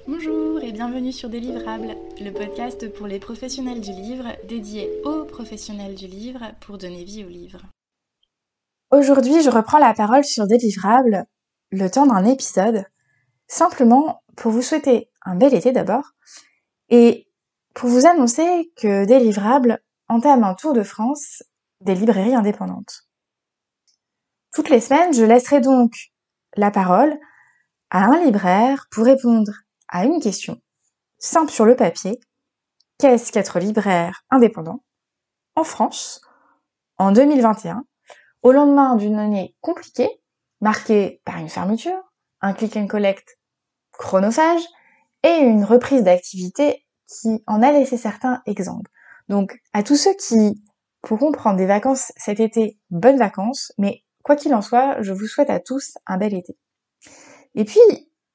Bonjour et bienvenue sur Délivrable, le podcast pour les professionnels du livre, dédié aux professionnels du livre pour donner vie au livre. Aujourd'hui, je reprends la parole sur Délivrable, le temps d'un épisode, simplement pour vous souhaiter un bel été d'abord, et pour vous annoncer que Délivrable entame un tour de France des librairies indépendantes. Toutes les semaines, je laisserai donc la parole à un libraire pour répondre à une question simple sur le papier. Qu'est-ce qu'être libraire indépendant en France en 2021, au lendemain d'une année compliquée, marquée par une fermeture, un click and collect chronophage et une reprise d'activité qui en a laissé certains exsangues. Donc, à tous ceux qui pourront prendre des vacances cet été, bonnes vacances, mais quoi qu'il en soit, je vous souhaite à tous un bel été. Et puis,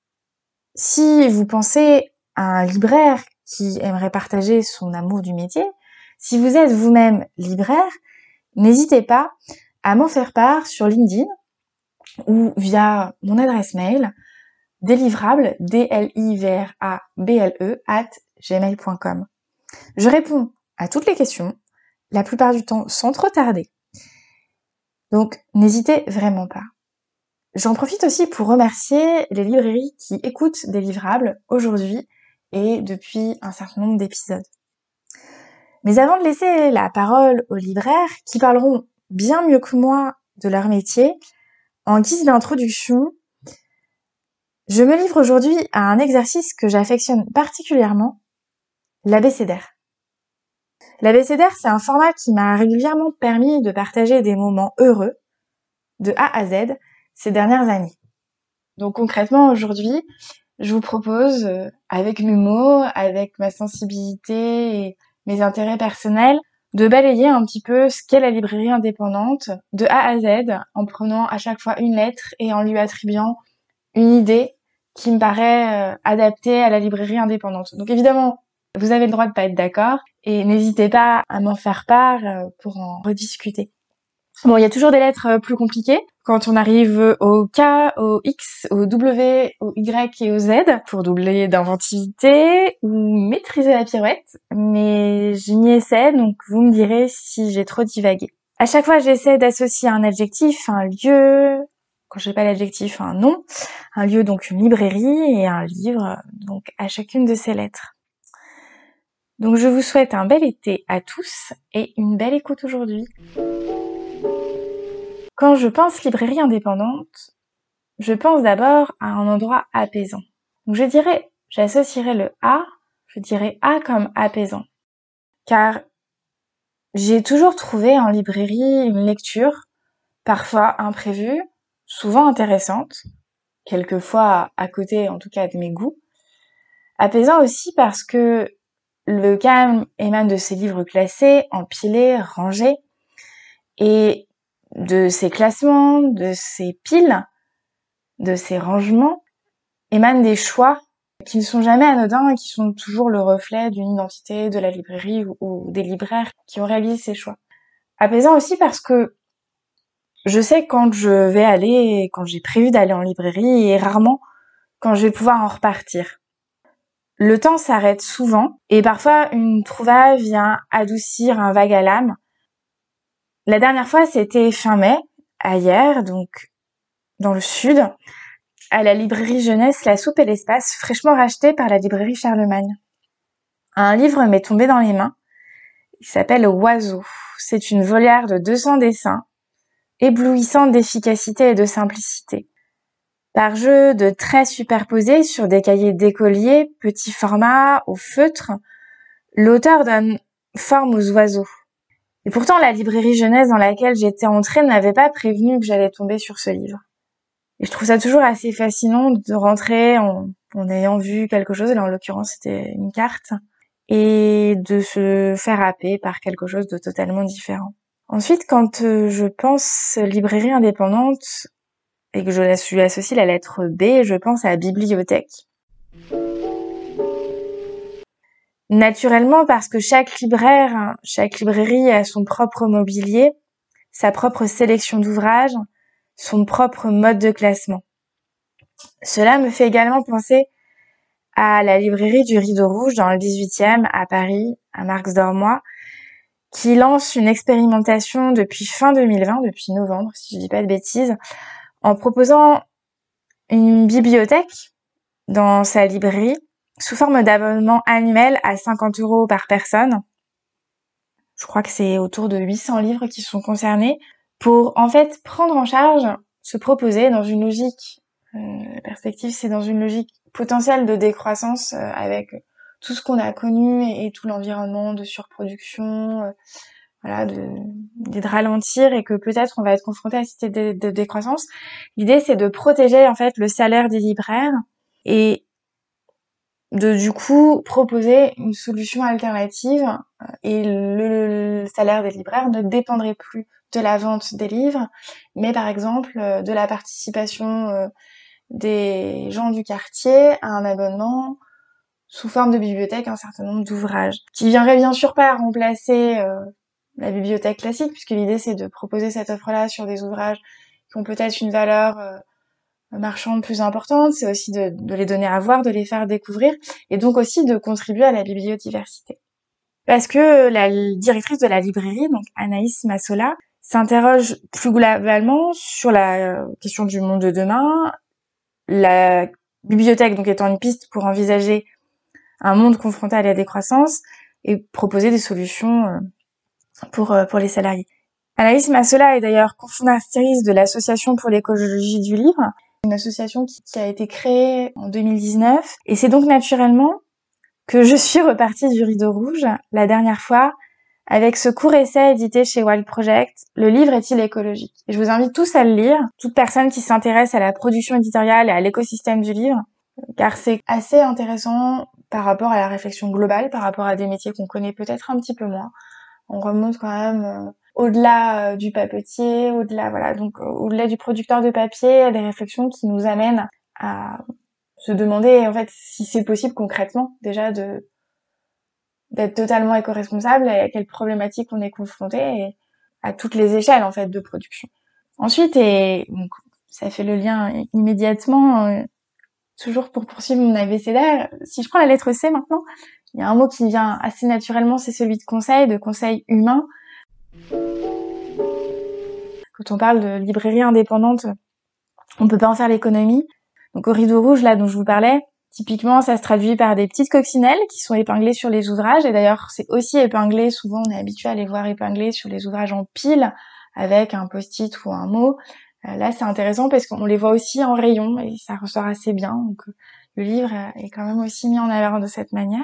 si vous pensez à un libraire qui aimerait partager son amour du métier, si vous êtes vous-même libraire, n'hésitez pas à m'en faire part sur LinkedIn ou via mon adresse mail délivrable, DLIVRABLE, @gmail.com. Je réponds à toutes les questions, la plupart du temps sans trop tarder. Donc, n'hésitez vraiment pas. J'en profite aussi pour remercier les librairies qui écoutent Délivrable aujourd'hui et depuis un certain nombre d'épisodes. Mais avant de laisser la parole aux libraires qui parleront bien mieux que moi de leur métier, en guise d'introduction, je me livre aujourd'hui à un exercice que j'affectionne particulièrement, l'abécédaire. L'abécédaire, c'est un format qui m'a régulièrement permis de partager des moments heureux, de A à Z, ces dernières années. Donc concrètement, aujourd'hui, je vous propose, avec mes mots, avec ma sensibilité et mes intérêts personnels, de balayer un petit peu ce qu'est la librairie indépendante, de A à Z, en prenant à chaque fois une lettre et en lui attribuant une idée qui me paraît adaptée à la librairie indépendante. Donc évidemment, vous avez le droit de pas être d'accord et n'hésitez pas à m'en faire part pour en rediscuter. Bon, il y a toujours des lettres plus compliquées quand on arrive au K, au X, au W, au Y et au Z pour doubler d'inventivité ou maîtriser la pirouette, mais je m'y essaie, donc vous me direz si j'ai trop divagué. À chaque fois, j'essaie d'associer un adjectif, un lieu, quand j'ai pas l'adjectif, un nom, un lieu, donc une librairie, et un livre, donc à chacune de ces lettres. Donc je vous souhaite un bel été à tous et une belle écoute aujourd'hui. Quand je pense librairie indépendante, je pense d'abord à un endroit apaisant. Donc j'associerai le A, je dirais A comme apaisant. Car j'ai toujours trouvé en librairie une lecture, parfois imprévue, souvent intéressante, quelquefois à côté en tout cas de mes goûts. Apaisant aussi parce que le calme émane de ces livres classés, empilés, rangés, et de ces classements, de ces piles, de ces rangements, émanent des choix qui ne sont jamais anodins et qui sont toujours le reflet d'une identité de la librairie ou des libraires qui ont réalisé ces choix. Apaisant aussi parce que je sais quand je vais aller, quand j'ai prévu d'aller en librairie et rarement quand je vais pouvoir en repartir. Le temps s'arrête souvent et parfois une trouvaille vient adoucir un vague à l'âme. La dernière fois, c'était fin mai, hier, donc dans le sud, à la librairie jeunesse La Soupe et l'Espace, fraîchement rachetée par la librairie Charlemagne. Un livre m'est tombé dans les mains. Il s'appelle Oiseau. C'est une volière de 200 dessins, éblouissante d'efficacité et de simplicité. Par jeu de traits superposés sur des cahiers d'écolier, petit format, au feutre, l'auteur donne forme aux oiseaux. Et pourtant, la librairie jeunesse dans laquelle j'étais entrée n'avait pas prévenu que j'allais tomber sur ce livre. Et je trouve ça toujours assez fascinant de rentrer en ayant vu quelque chose, là en l'occurrence c'était une carte, et de se faire happer par quelque chose de totalement différent. Ensuite, quand je pense librairie indépendante et que je lui associe la lettre B, je pense à bibliothèque. Naturellement, parce que chaque libraire, chaque librairie a son propre mobilier, sa propre sélection d'ouvrages, son propre mode de classement. Cela me fait également penser à la librairie du Rideau Rouge dans le 18e à Paris, à Marx-Dormois, qui lance une expérimentation depuis fin 2020, depuis novembre, si je dis pas de bêtises, en proposant une bibliothèque dans sa librairie sous forme d'abonnement annuel à 50 € par personne. Je crois que c'est autour de 800 livres qui sont concernés pour en fait prendre en charge, se proposer dans une logique, la perspective c'est dans une logique potentielle de décroissance avec tout ce qu'on a connu et tout l'environnement de surproduction, voilà, de ralentir et que peut-être on va être confronté à cette idée de décroissance. L'idée c'est de protéger en fait le salaire des libraires et de du coup proposer une solution alternative et le salaire des libraires ne dépendrait plus de la vente des livres, mais par exemple de la participation des gens du quartier à un abonnement sous forme de bibliothèque, un certain nombre d'ouvrages, qui viendrait bien sûr pas remplacer la bibliothèque classique, puisque l'idée c'est de proposer cette offre-là sur des ouvrages qui ont peut-être une valeur marchande plus importante, c'est aussi de les donner à voir, de les faire découvrir, et donc aussi de contribuer à la bibliodiversité. Parce que la directrice de la librairie, donc Anaïs Massola, s'interroge plus globalement sur la question du monde de demain, la bibliothèque donc étant une piste pour envisager un monde confronté à la décroissance et proposer des solutions pour les salariés. Anaïs Massola est d'ailleurs cofondatrice de l'Association pour l'écologie du livre, une association qui a été créée en 2019. Et c'est donc naturellement que je suis repartie du Rideau Rouge la dernière fois avec ce court essai édité chez Wild Project, Le livre est-il écologique? Et je vous invite tous à le lire, toute personne qui s'intéresse à la production éditoriale et à l'écosystème du livre, car c'est assez intéressant par rapport à la réflexion globale, par rapport à des métiers qu'on connaît peut-être un petit peu moins. On remonte quand même au-delà du papetier, au-delà du producteur de papier, à des réflexions qui nous amènent à se demander en fait si c'est possible concrètement déjà d'être totalement éco-responsable et à quelles problématiques on est confronté et à toutes les échelles en fait de production. Ensuite, et donc ça fait le lien immédiatement, toujours pour poursuivre mon abécédaire, si je prends la lettre C maintenant, il y a un mot qui vient assez naturellement, c'est celui de conseil humain. Quand on parle de librairie indépendante, on peut pas en faire l'économie. Donc au Rideau Rouge, là, dont je vous parlais, typiquement, ça se traduit par des petites coccinelles qui sont épinglées sur les ouvrages. Et d'ailleurs, c'est aussi épinglé, souvent on est habitué à les voir épinglés sur les ouvrages en pile, avec un post-it ou un mot. Là, c'est intéressant parce qu'on les voit aussi en rayon et ça ressort assez bien. Donc le livre est quand même aussi mis en avant de cette manière.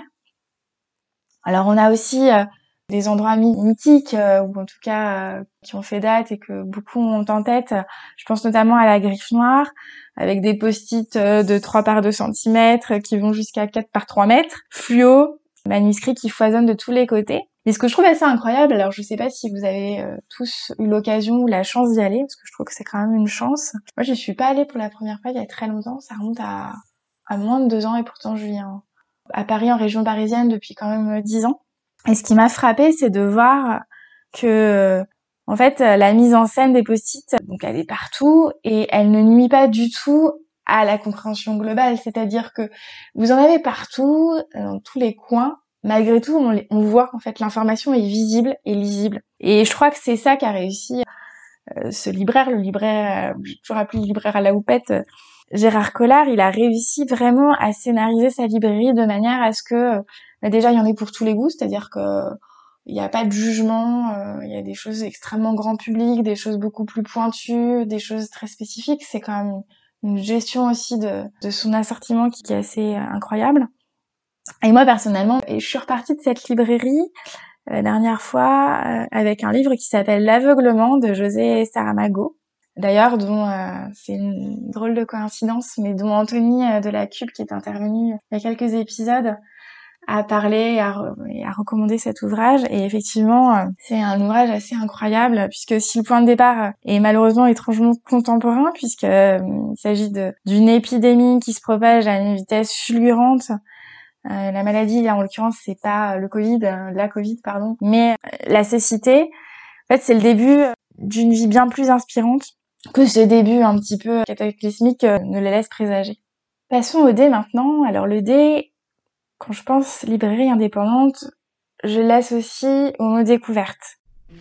Alors on a aussi des endroits mythiques ou en tout cas qui ont fait date et que beaucoup ont en tête. Je pense notamment à la Griffe Noire avec des post-it de 3 par 2 cm qui vont jusqu'à 4 par 3 mètres, fluo, manuscrits qui foisonnent de tous les côtés. Et ce que je trouve assez incroyable, alors je sais pas si vous avez tous eu l'occasion ou la chance d'y aller, parce que je trouve que c'est quand même une chance. Moi je suis pas allée pour la première fois il y a très longtemps, ça remonte à moins de 2 ans et pourtant je vis à Paris, en région parisienne, depuis quand même 10 ans. Et ce qui m'a frappée, c'est de voir que, en fait, la mise en scène des post-it, donc elle est partout et elle ne nuit pas du tout à la compréhension globale. C'est-à-dire que vous en avez partout, dans tous les coins. Malgré tout, on voit qu'en fait l'information est visible et lisible. Et je crois que c'est ça qu'a réussi ce libraire, j'ai toujours appelé le libraire à la houppette, Gérard Collard. Il a réussi vraiment à scénariser sa librairie de manière à ce que déjà il y en ait pour tous les goûts, c'est-à-dire que il n'y a pas de jugement, il y a des choses extrêmement grand public, des choses beaucoup plus pointues, des choses très spécifiques. C'est quand même une gestion aussi de son assortiment qui est assez incroyable. Et moi personnellement, je suis repartie de cette librairie la dernière fois avec un livre qui s'appelle L'aveuglement de José Saramago. D'ailleurs, dont c'est une drôle de coïncidence, mais dont Anthony de la Cube, qui est intervenu il y a quelques épisodes, a parlé et a recommandé cet ouvrage. Et effectivement, c'est un ouvrage assez incroyable, puisque si le point de départ est malheureusement étrangement contemporain, puisque il s'agit d'une épidémie qui se propage à une vitesse fulgurante. La maladie, là, en l'occurrence, c'est pas la Covid, pardon, mais la cécité. En fait, c'est le début d'une vie bien plus inspirante que ce début un petit peu cataclysmique ne les laisse présager. Passons au D maintenant. Alors le D, quand je pense librairie indépendante, je l'associe au mot découverte.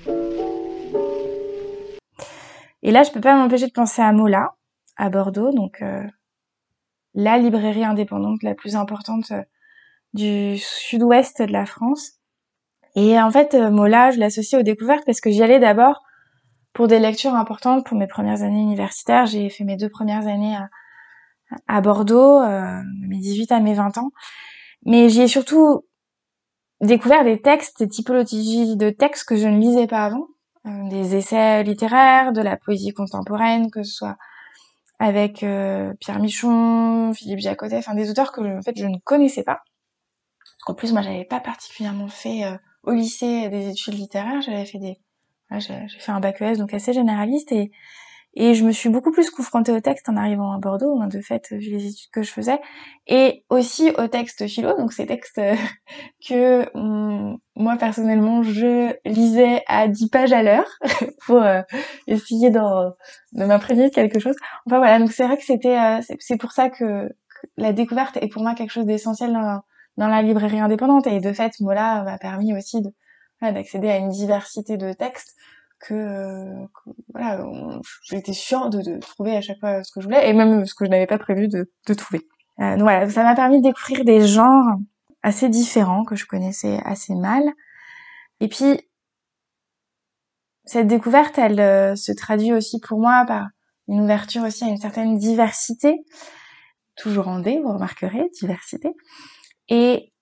Et là, je peux pas m'empêcher de penser à Mola, à Bordeaux, donc la librairie indépendante la plus importante du sud-ouest de la France. Et en fait, Mola, je l'associe aux découvertes parce que j'y allais d'abord pour des lectures importantes pour mes premières années universitaires. J'ai fait mes 2 premières années à Bordeaux, de mes 18 à mes 20 ans. Mais j'y ai surtout découvert des textes, des typologies de textes que je ne lisais pas avant. Des essais littéraires, de la poésie contemporaine, que ce soit avec Pierre Michon, Philippe Jacotet, enfin des auteurs que en fait je ne connaissais pas. En plus, moi, j'avais pas particulièrement fait au lycée des études littéraires. J'avais fait j'ai fait un bac ES, donc assez généraliste, et je me suis beaucoup plus confrontée au texte en arrivant à Bordeaux, de fait, vu les études que je faisais, et aussi aux textes philo, donc ces textes que moi personnellement je lisais à 10 pages à l'heure pour essayer de m'imprégner de quelque chose. Enfin voilà, donc c'est vrai que c'est pour ça que la découverte est pour moi quelque chose d'essentiel dans la librairie indépendante, et de fait Mola m'a permis aussi d'accéder à une diversité de textes voilà, j'étais sûre de trouver à chaque fois ce que je voulais, et même ce que je n'avais pas prévu de trouver. Donc voilà, ça m'a permis de découvrir des genres assez différents que je connaissais assez mal. Et puis, cette découverte, elle se traduit aussi pour moi par une ouverture aussi à une certaine diversité, toujours en D, vous remarquerez, diversité. Et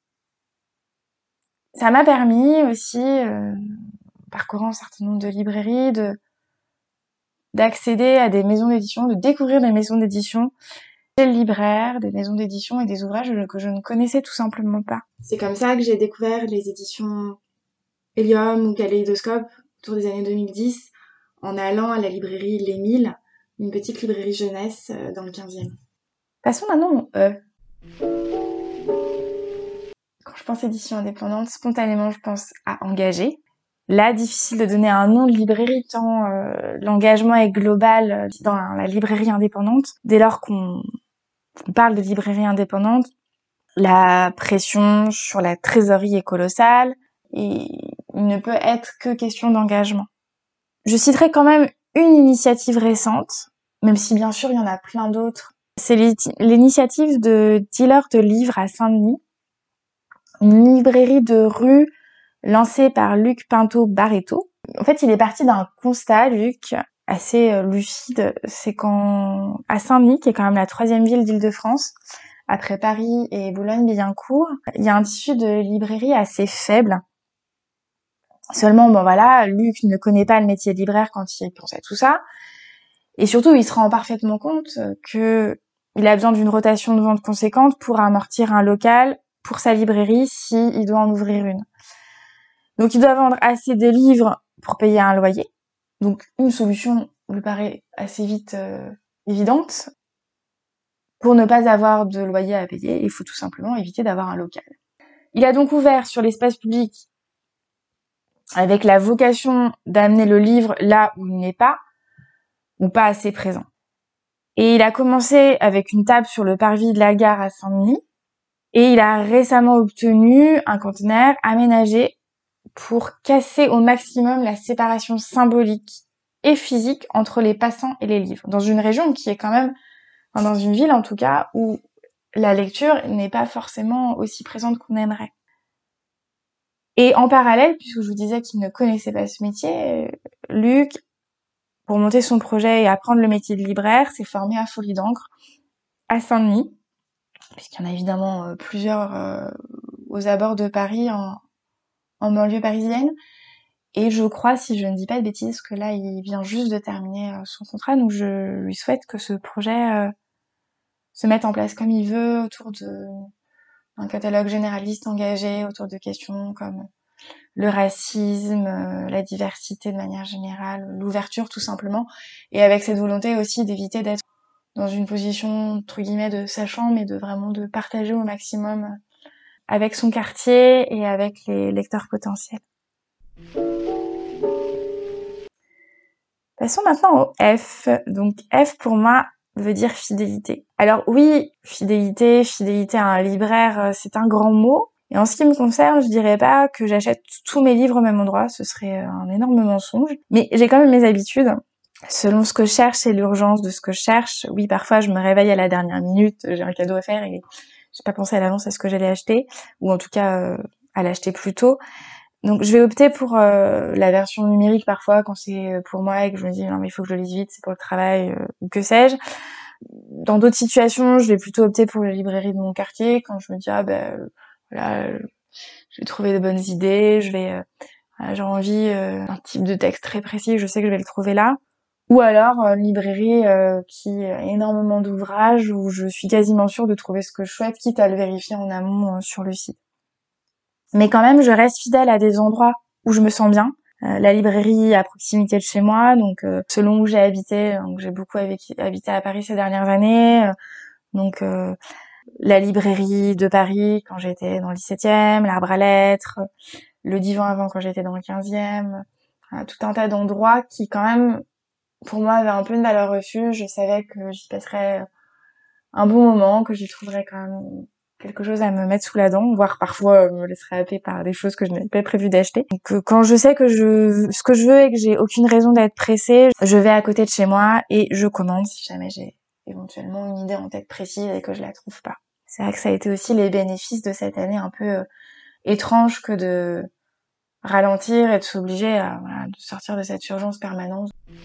ça m'a permis aussi, parcourant un certain nombre de librairies, d'accéder à des maisons d'édition, de découvrir des maisons d'édition, des libraires, des maisons d'édition et des ouvrages que je ne connaissais tout simplement pas. C'est comme ça que j'ai découvert les éditions Helium ou Kaléidoscope autour des années 2010 en allant à la librairie l'Émile, une petite librairie jeunesse dans le 15e. Passons maintenant au E. Quand je pense édition indépendante, spontanément je pense à Engagé. Là, difficile de donner un nom de librairie tant l'engagement est global dans la librairie indépendante. Dès lors qu'on parle de librairie indépendante, la pression sur la trésorerie est colossale et il ne peut être que question d'engagement. Je citerai quand même une initiative récente, même si bien sûr il y en a plein d'autres. C'est l'initiative de Dealer de livres à Saint-Denis, une librairie de rue lancée par Luc Pinto Barreto. En fait, il est parti d'un constat, Luc, assez lucide. C'est à Saint-Denis, qui est quand même la 3e ville d'Île-de-France, après Paris et Boulogne-Billancourt, il y a un tissu de librairie assez faible. Seulement, Luc ne connaît pas le métier de libraire quand il pense à tout ça. Et surtout, il se rend parfaitement compte que il a besoin d'une rotation de vente conséquente pour amortir un local pour sa librairie s'il doit en ouvrir une. Donc, il doit vendre assez de livres pour payer un loyer. Donc, une solution lui paraît assez vite évidente. Pour ne pas avoir de loyer à payer, il faut tout simplement éviter d'avoir un local. Il a donc ouvert sur l'espace public avec la vocation d'amener le livre là où il n'est pas, ou pas assez présent. Et il a commencé avec une table sur le parvis de la gare à Saint-Denis, et il a récemment obtenu un conteneur aménagé pour casser au maximum la séparation symbolique et physique entre les passants et les livres, dans une région qui est quand même, dans une ville en tout cas, où la lecture n'est pas forcément aussi présente qu'on aimerait. Et en parallèle, puisque je vous disais qu'il ne connaissait pas ce métier, Luc, pour monter son projet et apprendre le métier de libraire, s'est formé à Folie d'encre, à Saint-Denis, puisqu'il y en a évidemment plusieurs aux abords de Paris, en banlieue parisienne. Et je crois, si je ne dis pas de bêtises, que là, il vient juste de terminer son contrat, donc je lui souhaite que ce projet se mette en place comme il veut, autour d'un catalogue généraliste engagé, autour de questions comme le racisme, la diversité de manière générale, l'ouverture tout simplement, et avec cette volonté aussi d'éviter d'être dans une position entre guillemets de sachant, mais de vraiment de partager au maximum avec son quartier et avec les lecteurs potentiels. Passons maintenant au F. Donc F pour moi, veut dire fidélité. Alors oui, fidélité à un libraire, c'est un grand mot. Et en ce qui me concerne, je dirais pas que j'achète tous mes livres au même endroit, ce serait un énorme mensonge. Mais j'ai quand même mes habitudes. Selon ce que je cherche et l'urgence de ce que je cherche, oui, parfois je me réveille à la dernière minute, j'ai un cadeau à faire et j'ai pas pensé à l'avance à ce que j'allais acheter, ou en tout cas à l'acheter plus tôt. Donc je vais opter pour la version numérique parfois quand c'est pour moi et que je me dis non mais il faut que je le lise vite, c'est pour le travail ou que sais-je. Dans d'autres situations, je vais plutôt opter pour la librairie de mon quartier quand je me dis voilà, je vais trouver de bonnes idées, j'ai envie d'un type de texte très précis, je sais que je vais le trouver là. Ou alors une librairie qui a énormément d'ouvrages où je suis quasiment sûre de trouver ce que je souhaite, quitte à le vérifier en amont sur le site. Mais quand même, je reste fidèle à des endroits où je me sens bien. La librairie à proximité de chez moi, donc selon où j'ai habité, donc j'ai beaucoup habité à Paris ces dernières années, la librairie de Paris quand j'étais dans le 17e, l'Arbre à Lettres, le Divan avant quand j'étais dans le 15e, tout un tas d'endroits qui quand même, pour moi, avaient un peu une valeur refuge. Je savais que j'y passerais un bon moment, que j'y trouverais quand même quelque chose à me mettre sous la dent, voire parfois me laisserais happer par des choses que je n'avais pas prévu d'acheter. Donc quand je sais que ce que je veux et que j'ai aucune raison d'être pressée, je vais à côté de chez moi et je commande si jamais j'ai éventuellement une idée en tête précise et que je la trouve pas. C'est vrai que ça a été aussi les bénéfices de cette année un peu étrange que de ralentir et de s'obliger à de sortir de cette urgence permanente.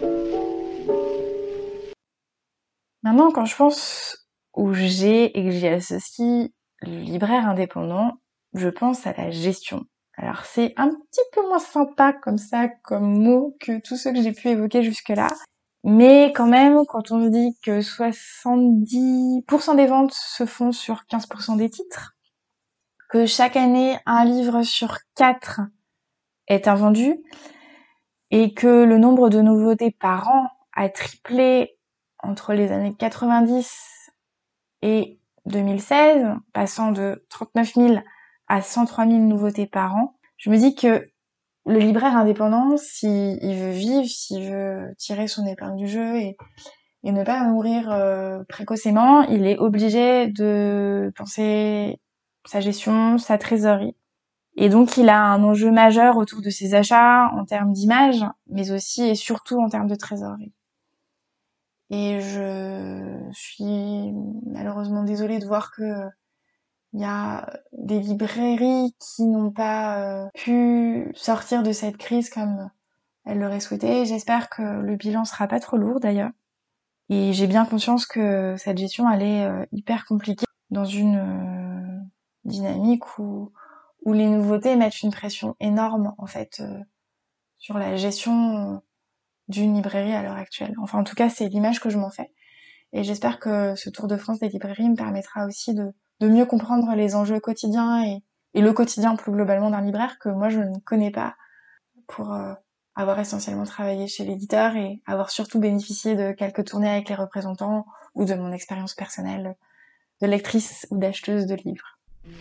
Maintenant, quand je pense où j'ai et que j'y associe le libraire indépendant, je pense à la gestion. Alors c'est un petit peu moins sympa comme ça, comme mot, que tous ceux que j'ai pu évoquer jusque-là. Mais quand même, quand on se dit que 70% des ventes se font sur 15% des titres, que chaque année, un livre sur 4 est invendu, et que le nombre de nouveautés par an a triplé entre les années 90 et 2016, passant de 39 000 à 103 000 nouveautés par an, je me dis que le libraire indépendant, s'il veut vivre, s'il veut tirer son épingle du jeu et ne pas mourir précocement, il est obligé de penser sa gestion, sa trésorerie. Et donc il a un enjeu majeur autour de ses achats en termes d'image, mais aussi et surtout en termes de trésorerie. Et je suis malheureusement désolée de voir que il y a des librairies qui n'ont pas pu sortir de cette crise comme elles l'auraient souhaité. J'espère que le bilan sera pas trop lourd d'ailleurs. Et j'ai bien conscience que cette gestion elle est hyper compliquée dans une dynamique où les nouveautés mettent une pression énorme en fait sur la gestion d'une librairie à l'heure actuelle. Enfin en tout cas c'est l'image que je m'en fais. Et j'espère que ce tour de France des librairies me permettra aussi de mieux comprendre les enjeux quotidiens et le quotidien plus globalement d'un libraire que moi je ne connais pas pour avoir essentiellement travaillé chez l'éditeur et avoir surtout bénéficié de quelques tournées avec les représentants ou de mon expérience personnelle de lectrice ou d'acheteuse de livres.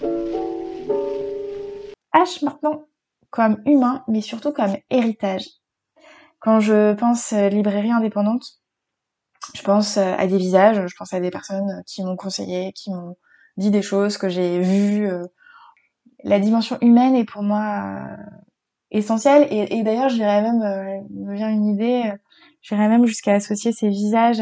H maintenant comme humain, mais surtout comme héritage. Quand je pense librairie indépendante, je pense à des visages, je pense à des personnes qui m'ont conseillé, qui m'ont dit des choses que j'ai vues. La dimension humaine est pour moi essentielle et d'ailleurs je dirais même, me vient une idée, j'irais même jusqu'à associer ces visages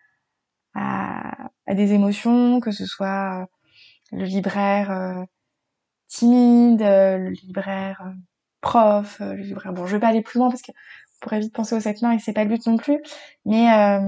à des émotions, que ce soit le libraire timide, le libraire prof, le libraire... Bon, je vais pas aller plus loin parce que on pourrait vite penser aux 7 mains et c'est pas le but non plus, mais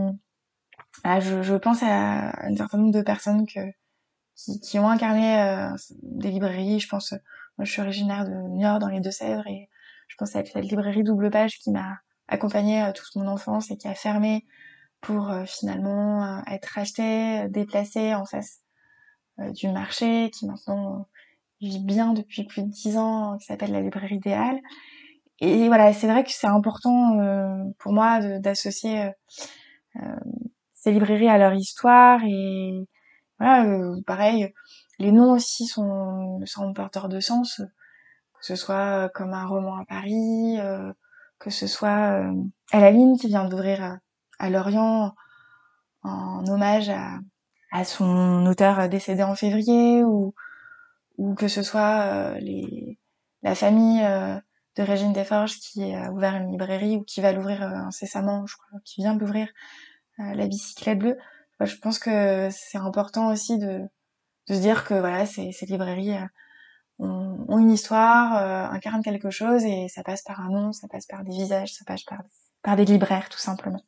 je pense à un certain nombre de personnes qui ont incarné des librairies. Je pense, moi je suis originaire de Niort dans les Deux-Sèvres et je pense à cette librairie Double Page qui m'a accompagnée toute mon enfance et qui a fermé pour finalement être rachetée, déplacée en face du marché, qui maintenant vit bien depuis plus de 10 ans, qui s'appelle la librairie Idéale. Et voilà, c'est vrai que c'est important pour moi d'associer ces librairies à leur histoire et voilà, pareil, les noms aussi sont porteurs de sens, que ce soit comme un roman à Paris, que ce soit à la ligne qui vient d'ouvrir à Lorient en hommage à son auteur décédé en février, ou que ce soit la famille de Régine Desforges qui a ouvert une librairie ou qui va l'ouvrir incessamment, je crois, qui vient d'ouvrir la bicyclette bleue. Je pense que c'est important aussi de se dire que voilà, ces librairies ont une histoire, incarnent quelque chose, et ça passe par un nom, ça passe par des visages, ça passe par des libraires, tout simplement.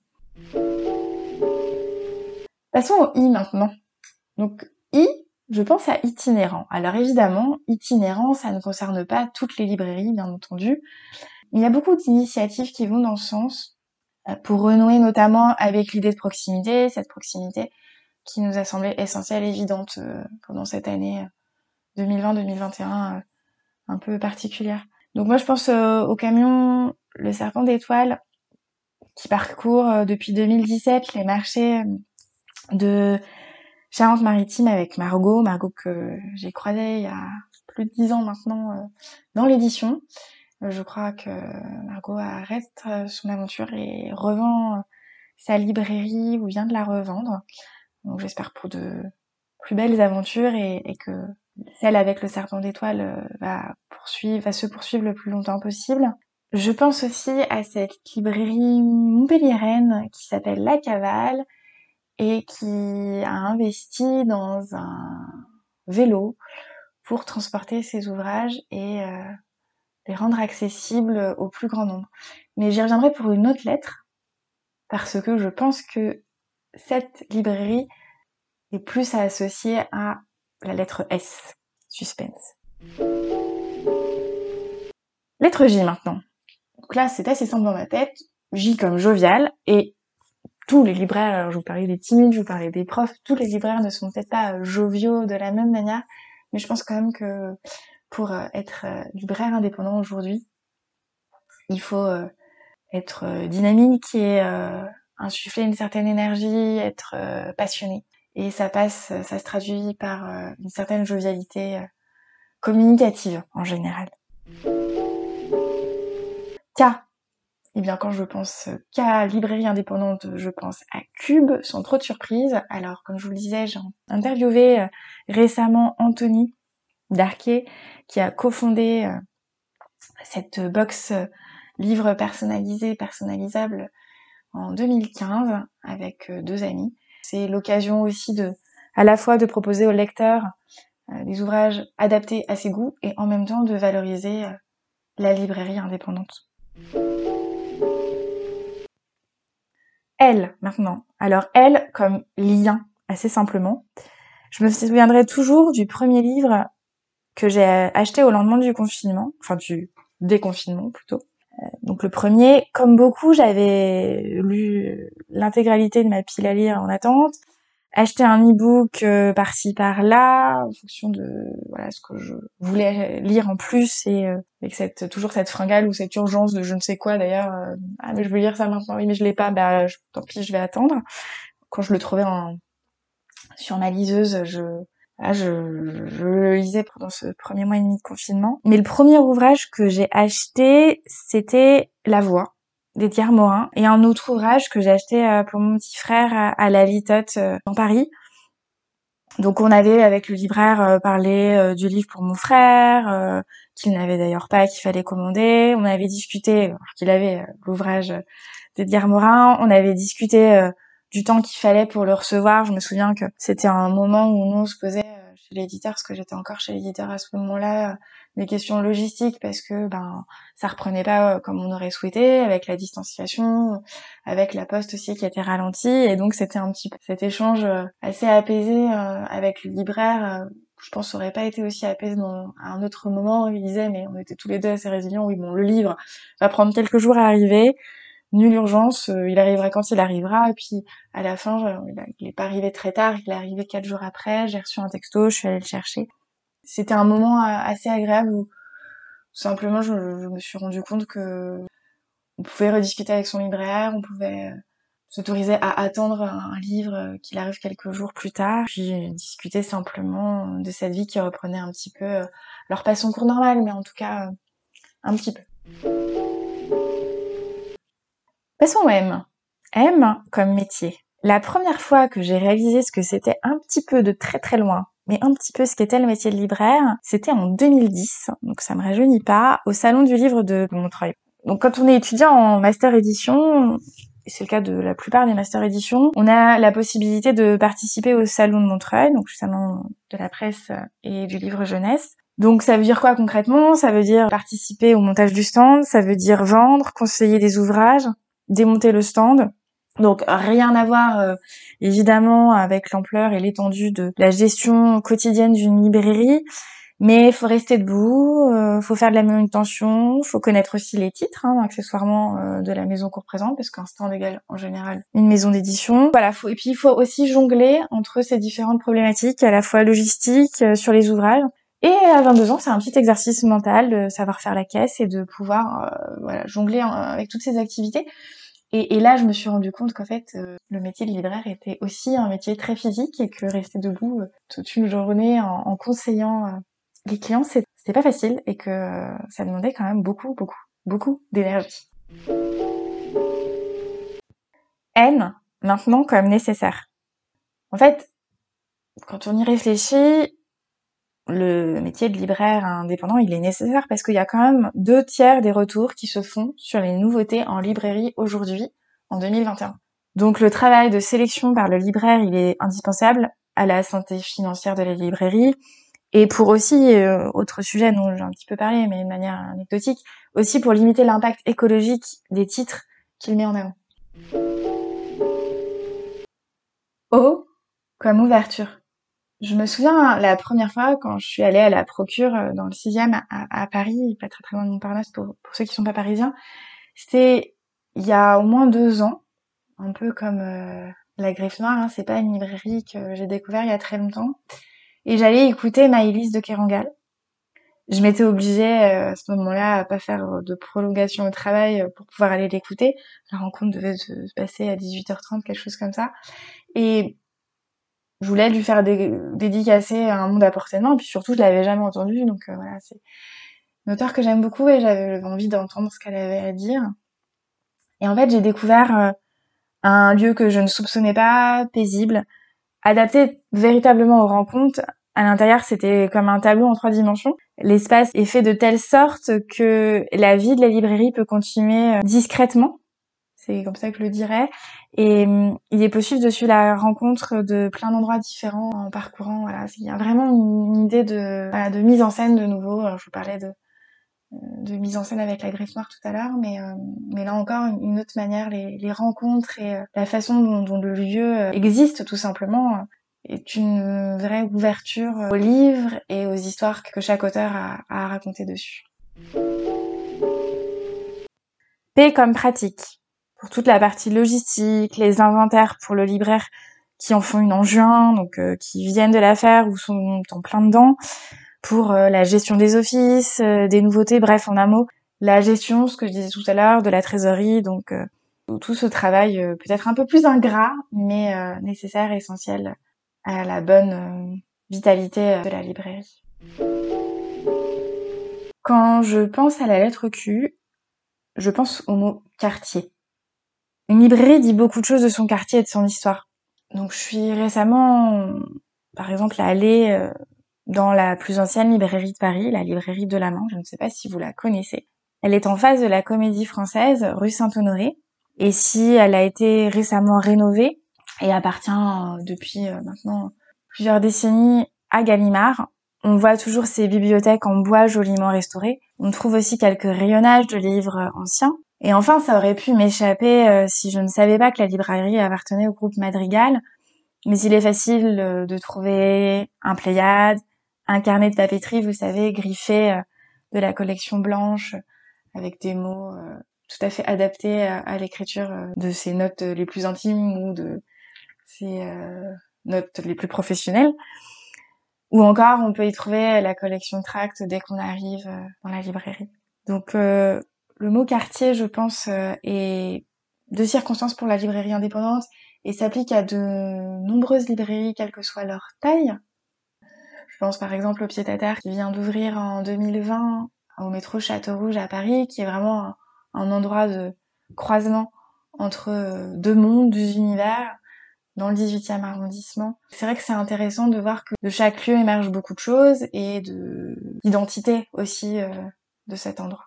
Passons au I maintenant. Donc I, je pense à itinérant. Alors évidemment, itinérant, ça ne concerne pas toutes les librairies, bien entendu. Il y a beaucoup d'initiatives qui vont dans ce sens, pour renouer notamment avec l'idée de proximité, cette proximité qui nous a semblé essentielle, évidente pendant cette année 2020-2021 un peu particulière. Donc moi je pense au camion Le Serpent d'Étoile qui parcourt depuis 2017 les marchés de Charente-Maritime avec Margot que j'ai croisée il y a plus de 10 ans maintenant dans l'édition. Je crois que Margot arrête son aventure et revend sa librairie ou vient de la revendre. Donc j'espère pour de plus belles aventures et que celle avec le serpent d'étoile va se poursuivre le plus longtemps possible. Je pense aussi à cette librairie montpelliéraine qui s'appelle La Cavale et qui a investi dans un vélo pour transporter ses ouvrages et les rendre accessibles au plus grand nombre. Mais j'y reviendrai pour une autre lettre, parce que je pense que cette librairie est plus à associer à la lettre S. Suspense. Lettre J maintenant. Donc là, c'est assez simple dans ma tête. J comme jovial, et tous les libraires, alors je vous parlais des timides, je vous parlais des profs, tous les libraires ne sont peut-être pas joviaux de la même manière, mais je pense quand même que pour être libraire indépendant aujourd'hui, il faut être dynamique et insuffler une certaine énergie, être passionné. Et ça se traduit par une certaine jovialité communicative en général. K. Eh bien, quand je pense K, librairie indépendante, je pense à Cube, sans trop de surprise. Alors, comme je vous le disais, j'ai interviewé récemment Anthony Darquet, qui a cofondé cette box livres personnalisables en 2015 avec 2 amis. C'est l'occasion aussi à la fois de proposer aux lecteurs des ouvrages adaptés à ses goûts et en même temps de valoriser la librairie indépendante. Elle, maintenant. Alors elle, comme lien, assez simplement. Je me souviendrai toujours du premier livre que j'ai acheté au lendemain du confinement, enfin du déconfinement plutôt. Donc le premier, comme beaucoup, j'avais lu l'intégralité de ma pile à lire en attente, acheté un e-book par-ci par-là, en fonction de ce que je voulais lire en plus, et avec toujours cette fringale ou cette urgence de je ne sais quoi d'ailleurs. Ah mais je veux lire ça maintenant, oui mais je l'ai pas, tant pis, je vais attendre. Quand je le trouvais sur ma liseuse, je le lisais pendant ce premier mois et demi de confinement. Mais le premier ouvrage que j'ai acheté, c'était La Voix d'Edgar Morin, et un autre ouvrage que j'ai acheté pour mon petit frère à la Litote dans Paris. Donc on avait avec le libraire parlé du livre pour mon frère, qu'il n'avait d'ailleurs pas, qu'il fallait commander. On avait discuté, qu'il avait l'ouvrage d'Edgar Morin, on avait discuté du temps qu'il fallait pour le recevoir. Je me souviens que c'était un moment où nous on se posait chez l'éditeur, parce que j'étais encore chez l'éditeur à ce moment-là, des questions logistiques, parce que ça reprenait pas comme on aurait souhaité, avec la distanciation, avec la poste aussi qui était ralentie, et donc c'était un petit peu cet échange assez apaisé avec le libraire. Je pense ça aurait pas été aussi apaisé à un autre moment. Il disait mais on était tous les deux assez résilients. Oui bon, le livre va prendre quelques jours à arriver. Nulle urgence, il arrivera quand il arrivera, et puis à la fin, il est pas arrivé très tard, il est arrivé 4 jours après, j'ai reçu un texto, je suis allée le chercher. C'était un moment assez agréable où, tout simplement, je me suis rendu compte que on pouvait rediscuter avec son libraire, on pouvait s'autoriser à attendre un livre qu'il arrive quelques jours plus tard, puis discuter simplement de cette vie qui reprenait un petit peu, alors pas son cours normal, mais en tout cas, un petit peu. Passons au M. M comme métier. La première fois que j'ai réalisé ce que c'était un petit peu de très très loin, mais un petit peu ce qu'était le métier de libraire, c'était en 2010, donc ça me rajeunit pas, au Salon du Livre de Montreuil. Donc quand on est étudiant en master édition, et c'est le cas de la plupart des master éditions, on a la possibilité de participer au Salon de Montreuil, donc le salon de la presse et du livre jeunesse. Donc ça veut dire quoi concrètement? Ça veut dire participer au montage du stand, ça veut dire vendre, conseiller des ouvrages, démonter le stand. Donc rien à voir évidemment avec l'ampleur et l'étendue de la gestion quotidienne d'une librairie, mais il faut rester debout, faut faire de la manutention, faut connaître aussi les titres accessoirement de la maison qu'on représente, parce qu'un stand égale en général une maison d'édition. Voilà, et puis il faut aussi jongler entre ces différentes problématiques, à la fois logistiques sur les ouvrages. Et à 22 ans, c'est un petit exercice mental de savoir faire la caisse et de pouvoir jongler avec toutes ces activités. Et là, je me suis rendu compte qu'en fait, le métier de libraire était aussi un métier très physique et que rester debout toute une journée en conseillant les clients, c'était pas facile et que ça demandait quand même beaucoup d'énergie. N, maintenant comme nécessaire. En fait, quand on y réfléchit, le métier de libraire indépendant, il est nécessaire parce qu'il y a quand même 2/3 des retours qui se font sur les nouveautés en librairie aujourd'hui, en 2021. Donc le travail de sélection par le libraire, il est indispensable à la santé financière de la librairie et pour aussi, autre sujet dont j'ai un petit peu parlé, mais de manière anecdotique, aussi pour limiter l'impact écologique des titres qu'il met en avant. O, comme ouverture. Je me souviens la première fois quand je suis allée à la Procure dans le 6e à Paris, pas très très loin de Montparnasse pour ceux qui sont pas parisiens. C'était il y a au moins 2 ans, un peu comme la Griffe Noire, c'est pas une librairie que j'ai découvert il y a très longtemps. Et j'allais écouter Maëlys de Kerangal. Je m'étais obligée à ce moment-là à pas faire de prolongation au travail pour pouvoir aller l'écouter. La rencontre devait se passer à 18h30, quelque chose comme ça. Et je voulais lui faire dédicacer Un monde à portée de main, et puis surtout je l'avais jamais entendu, donc voilà, c'est une auteure que j'aime beaucoup et j'avais envie d'entendre ce qu'elle avait à dire. Et en fait j'ai découvert un lieu que je ne soupçonnais pas, paisible, adapté véritablement aux rencontres. À l'intérieur, c'était comme un tableau en 3 dimensions. L'espace est fait de telle sorte que la vie de la librairie peut continuer discrètement. C'est comme ça que je le dirais. Et il est possible de suivre la rencontre de plein d'endroits différents en parcourant. Voilà, il y a vraiment une idée de mise en scène de nouveau. Alors, je vous parlais de mise en scène avec la Griffe Noire tout à l'heure, mais là encore une autre manière, les rencontres et la façon dont le lieu existe tout simplement est une vraie ouverture aux livres et aux histoires que chaque auteur a à raconter dessus. P comme pratique. Pour toute la partie logistique, les inventaires pour le libraire qui en font une en juin, donc qui viennent de la faire ou sont en plein dedans, pour la gestion des offices, des nouveautés, bref, en un mot, la gestion, ce que je disais tout à l'heure, de la trésorerie, donc tout ce travail peut-être un peu plus ingrat, mais nécessaire et essentiel à la bonne vitalité de la librairie. Quand je pense à la lettre Q, je pense au mot quartier. Une librairie dit beaucoup de choses de son quartier et de son histoire. Donc je suis récemment, par exemple, allée dans la plus ancienne librairie de Paris, la librairie de la Main, je ne sais pas si vous la connaissez. Elle est en face de la Comédie Française, rue Saint-Honoré. Et si elle a été récemment rénovée et appartient depuis maintenant plusieurs décennies à Gallimard, on voit toujours ces bibliothèques en bois joliment restaurées. On trouve aussi quelques rayonnages de livres anciens. Et enfin, ça aurait pu m'échapper si je ne savais pas que la librairie appartenait au groupe Madrigal. Mais il est facile de trouver un Pléiade, un carnet de papeterie, vous savez, griffé de la collection blanche, avec des mots tout à fait adaptés à l'écriture de ses notes les plus intimes ou de ses notes les plus professionnelles. Ou encore, on peut y trouver la collection Tracts dès qu'on arrive dans la librairie. Donc, le mot quartier, je pense, est de circonstance pour la librairie indépendante et s'applique à de nombreuses librairies, quelle que soit leur taille. Je pense par exemple au Pied-à-Terre qui vient d'ouvrir en 2020 au métro Château-Rouge à Paris, qui est vraiment un endroit de croisement entre deux mondes, deux univers, dans le 18e arrondissement. C'est vrai que c'est intéressant de voir que de chaque lieu émergent beaucoup de choses et d'identité aussi de cet endroit.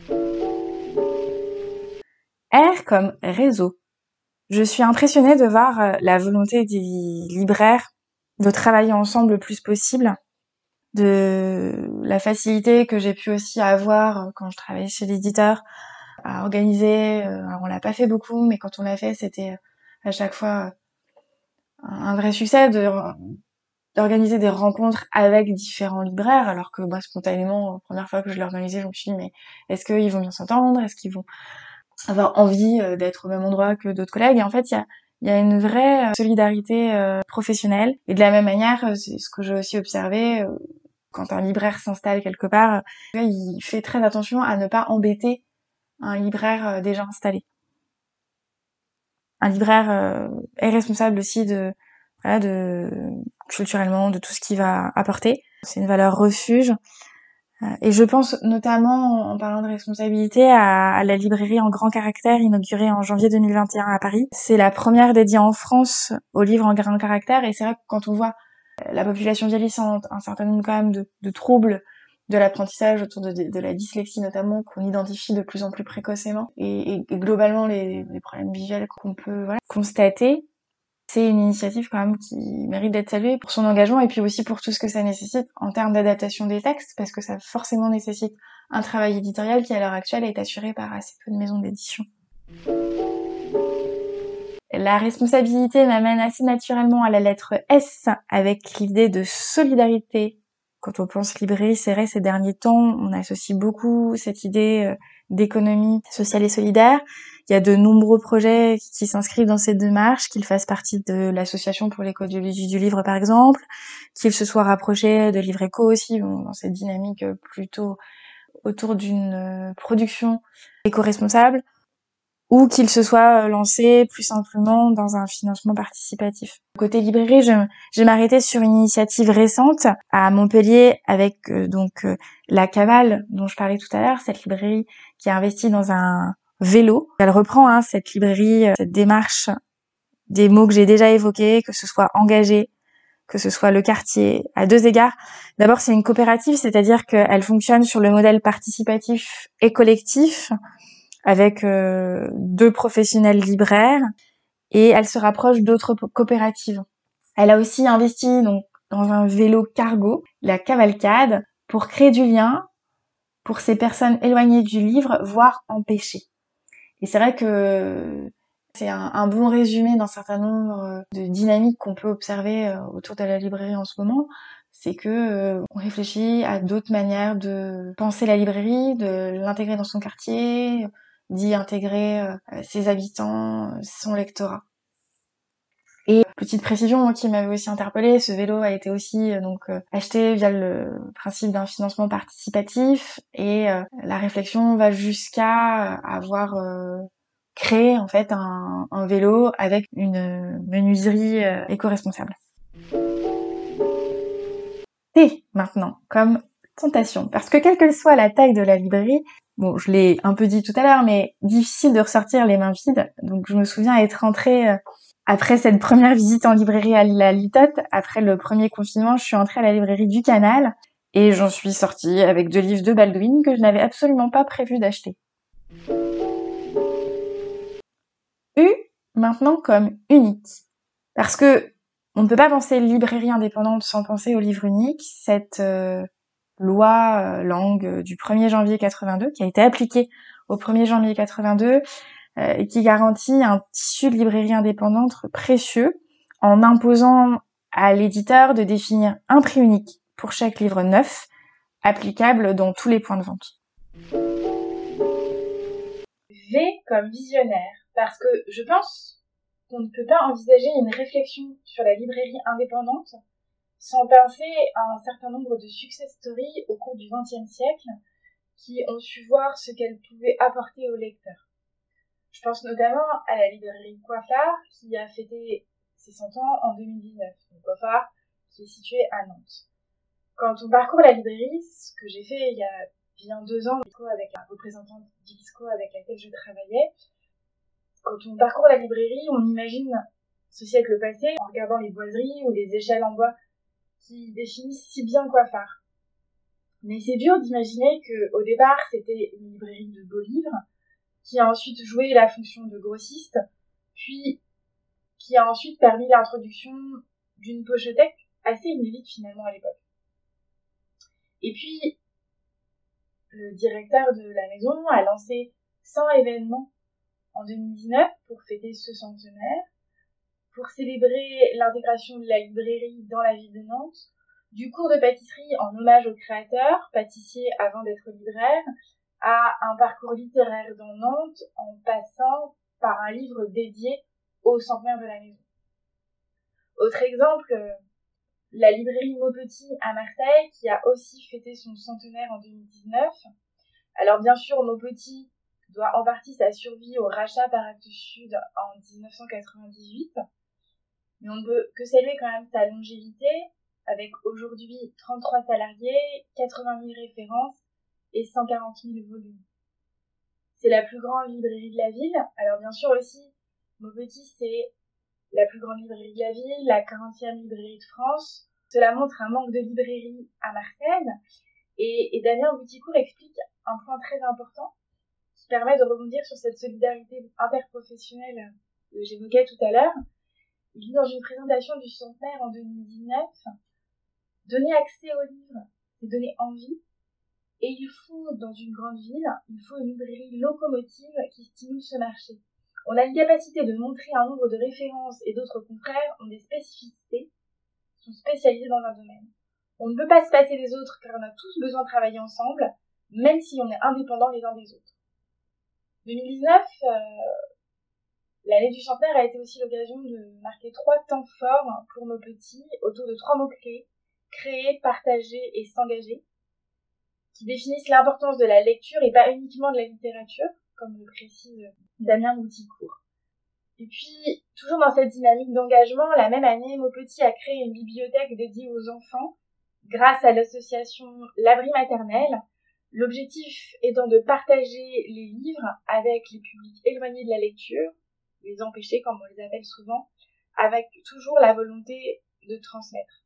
R comme réseau. Je suis impressionnée de voir la volonté des libraires de travailler ensemble le plus possible, de la facilité que j'ai pu aussi avoir quand je travaillais chez l'éditeur à organiser. Alors on l'a pas fait beaucoup, mais quand on l'a fait, c'était à chaque fois un vrai succès d'organiser des rencontres avec différents libraires, alors que spontanément, la première fois que je l'ai organisé, je me suis dit mais est-ce qu'ils vont bien s'entendre, est-ce qu'ils vont avoir envie d'être au même endroit que d'autres collègues. Et en fait, il y a une vraie solidarité professionnelle. Et de la même manière, c'est ce que j'ai aussi observé quand un libraire s'installe quelque part, il fait très attention à ne pas embêter un libraire déjà installé. Un libraire est responsable aussi de culturellement de tout ce qu'il va apporter. C'est une valeur refuge. Et je pense notamment, en parlant de responsabilité, à la librairie en grand caractère inaugurée en janvier 2021 à Paris. C'est la première dédiée en France aux livres en grand caractère, et c'est vrai que quand on voit la population vieillissante, un certain nombre quand même de troubles de l'apprentissage autour de la dyslexie notamment, qu'on identifie de plus en plus précocement, et globalement les problèmes visuels qu'on peut constater, c'est une initiative quand même qui mérite d'être saluée pour son engagement et puis aussi pour tout ce que ça nécessite en termes d'adaptation des textes, parce que ça forcément nécessite un travail éditorial qui à l'heure actuelle est assuré par assez peu de maisons d'édition. La responsabilité m'amène assez naturellement à la lettre S avec l'idée de solidarité. Quand on pense librairie, c'est vrai, ces derniers temps, on associe beaucoup cette idée d'économie sociale et solidaire. Il y a de nombreux projets qui s'inscrivent dans cette démarche, qu'ils fassent partie de l'association pour l'écologie du livre par exemple, qu'ils se soient rapprochés de Livre Éco aussi, dans cette dynamique plutôt autour d'une production éco-responsable, ou qu'ils se soient lancés plus simplement dans un financement participatif. Côté librairie, je vais m'arrêter sur une initiative récente à Montpellier avec la Cavale dont je parlais tout à l'heure, cette librairie qui a investi dans un vélo. Elle reprend cette librairie, cette démarche des mots que j'ai déjà évoqués, que ce soit engagé, que ce soit le quartier, à deux égards. D'abord, c'est une coopérative, c'est-à-dire qu'elle fonctionne sur le modèle participatif et collectif, avec deux professionnels libraires, et elle se rapproche d'autres coopératives. Elle a aussi investi donc dans un vélo cargo, la Cavalcade, pour créer du lien pour ces personnes éloignées du livre, voire empêchées. Et c'est vrai que c'est un bon résumé d'un certain nombre de dynamiques qu'on peut observer autour de la librairie en ce moment. C'est que on réfléchit à d'autres manières de penser la librairie, de l'intégrer dans son quartier, d'y intégrer ses habitants, son lectorat. Et petite précision qui m'avait aussi interpellée, ce vélo a été aussi acheté via le principe d'un financement participatif, et la réflexion va jusqu'à avoir créé en fait un vélo avec une menuiserie éco-responsable. T maintenant comme tentation, parce que quelle que soit la taille de la librairie, bon, je l'ai un peu dit tout à l'heure, mais difficile de ressortir les mains vides. Donc je me souviens être rentrée après cette première visite en librairie à la Litote, après le premier confinement, je suis entrée à la librairie du Canal et j'en suis sortie avec 2 livres de Baldwin que je n'avais absolument pas prévu d'acheter. U maintenant comme unique, parce que on ne peut pas penser librairie indépendante sans penser au livre unique. Cette loi langue du 1er janvier 82 qui a été appliquée au 1er janvier 82 et qui garantit un tissu de librairie indépendante précieux en imposant à l'éditeur de définir un prix unique pour chaque livre neuf, applicable dans tous les points de vente. V comme visionnaire, parce que je pense qu'on ne peut pas envisager une réflexion sur la librairie indépendante sans penser à un certain nombre de success stories au cours du XXe siècle qui ont su voir ce qu'elles pouvaient apporter aux lecteurs. Je pense notamment à la librairie Coiffard qui a fêté ses 100 ans en 2019. Donc Coiffard qui est situé à Nantes. Quand on parcourt la librairie, ce que j'ai fait il y a bien 2 ans avec la représentante d'Ibisco avec laquelle je travaillais, quand on parcourt la librairie, on imagine ce siècle passé en regardant les boiseries ou les échelles en bois qui définissent si bien quoi faire. Mais c'est dur d'imaginer qu'au départ, c'était une librairie de beaux livres, qui a ensuite joué la fonction de grossiste, puis qui a ensuite permis l'introduction d'une pochette assez inédite finalement à l'époque. Et puis, le directeur de la maison a lancé 100 événements en 2019 pour fêter ce centenaire, pour célébrer l'intégration de la librairie dans la ville de Nantes, du cours de pâtisserie en hommage au créateur, pâtissier avant d'être libraire, à un parcours littéraire dans Nantes en passant par un livre dédié au centenaire de la maison. Autre exemple, la librairie Maupetit à Marseille qui a aussi fêté son centenaire en 2019. Alors bien sûr, Maupetit doit en partie sa survie au rachat par Actes Sud en 1998, mais on ne peut que saluer quand même sa longévité, avec aujourd'hui 33 salariés, 80 000 références et 140 000 volumes. C'est la plus grande librairie de la ville. Alors bien sûr aussi, Maupetit, c'est la plus grande librairie de la ville, la 40e librairie de France. Cela montre un manque de librairies à Marseille. Et Damien Bouticourt explique un point très important qui permet de rebondir sur cette solidarité interprofessionnelle que j'évoquais tout à l'heure. Il dit dans une présentation du centenaire en 2019, « Donner accès aux livres, c'est donner envie. Et il faut, dans une grande ville, il faut une librairie locomotive qui stimule ce marché. On a une capacité de montrer un nombre de références et d'autres confrères ont des spécificités, sont spécialisés dans un domaine. On ne peut pas se passer des autres car on a tous besoin de travailler ensemble, même si on est indépendants les uns des autres. » 2019, l'année du centenaire a été aussi l'occasion de marquer 3 temps forts pour nos petits autour de 3 mots-clés, créer, partager et s'engager, qui définissent l'importance de la lecture et pas uniquement de la littérature, comme le précise Damien Bouticourt. Et puis, toujours dans cette dynamique d'engagement, la même année, Maupetit a créé une bibliothèque dédiée aux enfants grâce à l'association L'Abri Maternel, l'objectif étant de partager les livres avec les publics éloignés de la lecture, les empêchés comme on les appelle souvent, avec toujours la volonté de transmettre.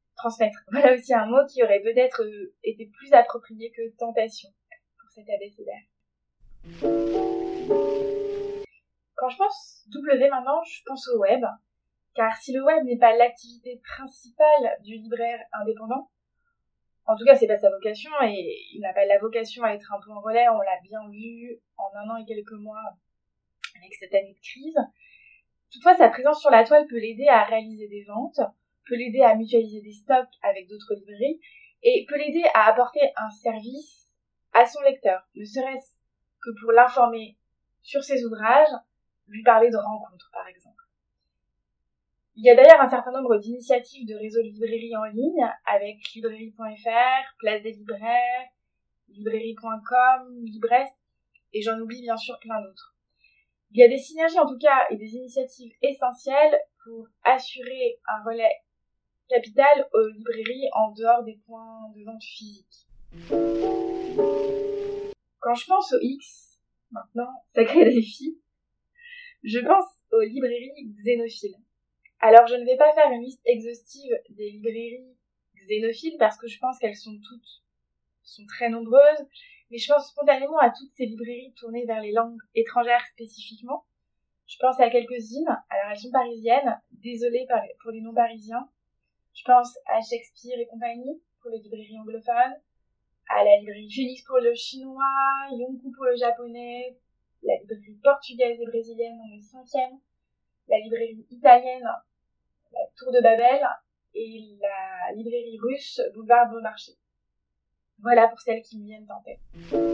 Voilà aussi un mot qui aurait peut-être été plus approprié que tentation pour cet abécédaire. Quand je pense W maintenant, je pense au web, car si le web n'est pas l'activité principale du libraire indépendant, en tout cas c'est pas sa vocation et il n'a pas la vocation à être un point relais, on l'a bien vu en 1 an et quelques mois avec cette année de crise. Toutefois, sa présence sur la toile peut l'aider à réaliser des ventes, peut l'aider à mutualiser des stocks avec d'autres librairies et peut l'aider à apporter un service à son lecteur, ne serait-ce que pour l'informer sur ses ouvrages, lui parler de rencontres par exemple. Il y a d'ailleurs un certain nombre d'initiatives de réseaux de librairies en ligne avec librairie.fr, Place des libraires, librairie.com, Librest et j'en oublie bien sûr plein d'autres. Il y a des synergies en tout cas et des initiatives essentielles pour assurer un relais capital aux librairies en dehors des points de vente physiques. Quand je pense au X, maintenant, sacré défi, je pense aux librairies xénophiles. Alors je ne vais pas faire une liste exhaustive des librairies xénophiles parce que je pense qu'elles sont très nombreuses, mais je pense spontanément à toutes ces librairies tournées vers les langues étrangères spécifiquement. Je pense à quelques-unes, alors elles sont parisiennes, désolée pour les non-parisiens. Je pense à Shakespeare et compagnie pour les librairies anglophones, à la librairie Phoenix pour le chinois, Yonkou pour le japonais, la librairie portugaise et brésilienne dans le 5e, la librairie italienne, la Tour de Babel, et la librairie russe Boulevard Beaumarchais. Voilà pour celles qui me viennent en tête.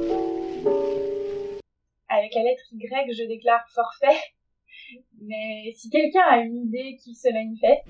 Avec la lettre Y, je déclare forfait, mais si quelqu'un a une idée qui se manifeste.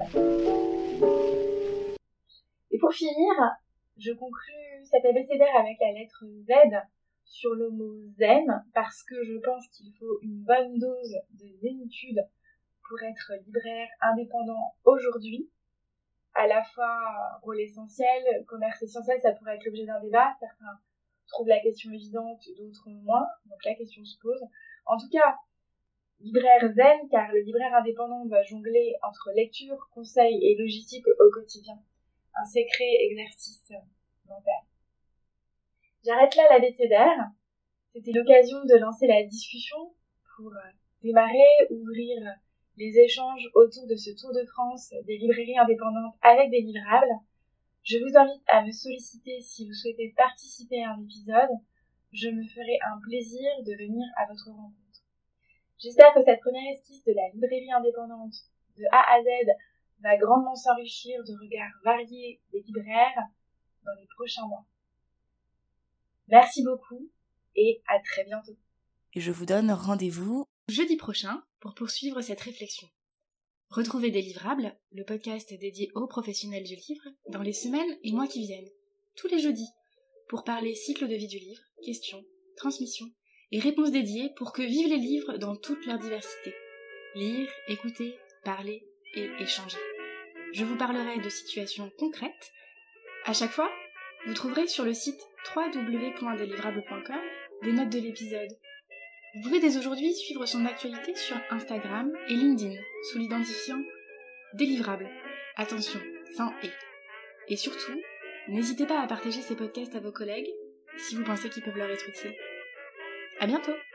Et pour finir, je conclus cet abécédaire avec la lettre Z sur le mot zen, parce que je pense qu'il faut une bonne dose de zénitude pour être libraire indépendant aujourd'hui. À la fois rôle essentiel, commerce essentiel, ça pourrait être l'objet d'un débat. Certains trouvent la question évidente, d'autres moins. Donc la question se pose. En tout cas, libraire zen, car le libraire indépendant doit jongler entre lecture, conseil et logistique au quotidien. Un sacré exercice mental. J'arrête là l'abécédaire. C'était l'occasion de lancer la discussion pour démarrer, ouvrir les échanges autour de ce tour de France des librairies indépendantes avec des livrables. Je vous invite à me solliciter si vous souhaitez participer à un épisode. Je me ferai un plaisir de venir à votre rencontre. J'espère que cette première esquisse de la librairie indépendante de A à Z va grandement s'enrichir de regards variés des libraires dans les prochains mois. Merci beaucoup et à très bientôt. Et je vous donne rendez-vous jeudi prochain pour poursuivre cette réflexion. Retrouvez Délivrable, le podcast dédié aux professionnels du livre, dans les semaines et mois qui viennent, tous les jeudis, pour parler cycle de vie du livre, questions, transmission et réponses dédiées pour que vivent les livres dans toute leur diversité. Lire, écouter, parler et échanger. Je vous parlerai de situations concrètes. À chaque fois, vous trouverez sur le site www.délivrable.com des notes de l'épisode. Vous pouvez dès aujourd'hui suivre son actualité sur Instagram et LinkedIn sous l'identifiant Délivrable. Attention, sans « et ». Et surtout, n'hésitez pas à partager ces podcasts à vos collègues si vous pensez qu'ils peuvent leur être utiles. À bientôt!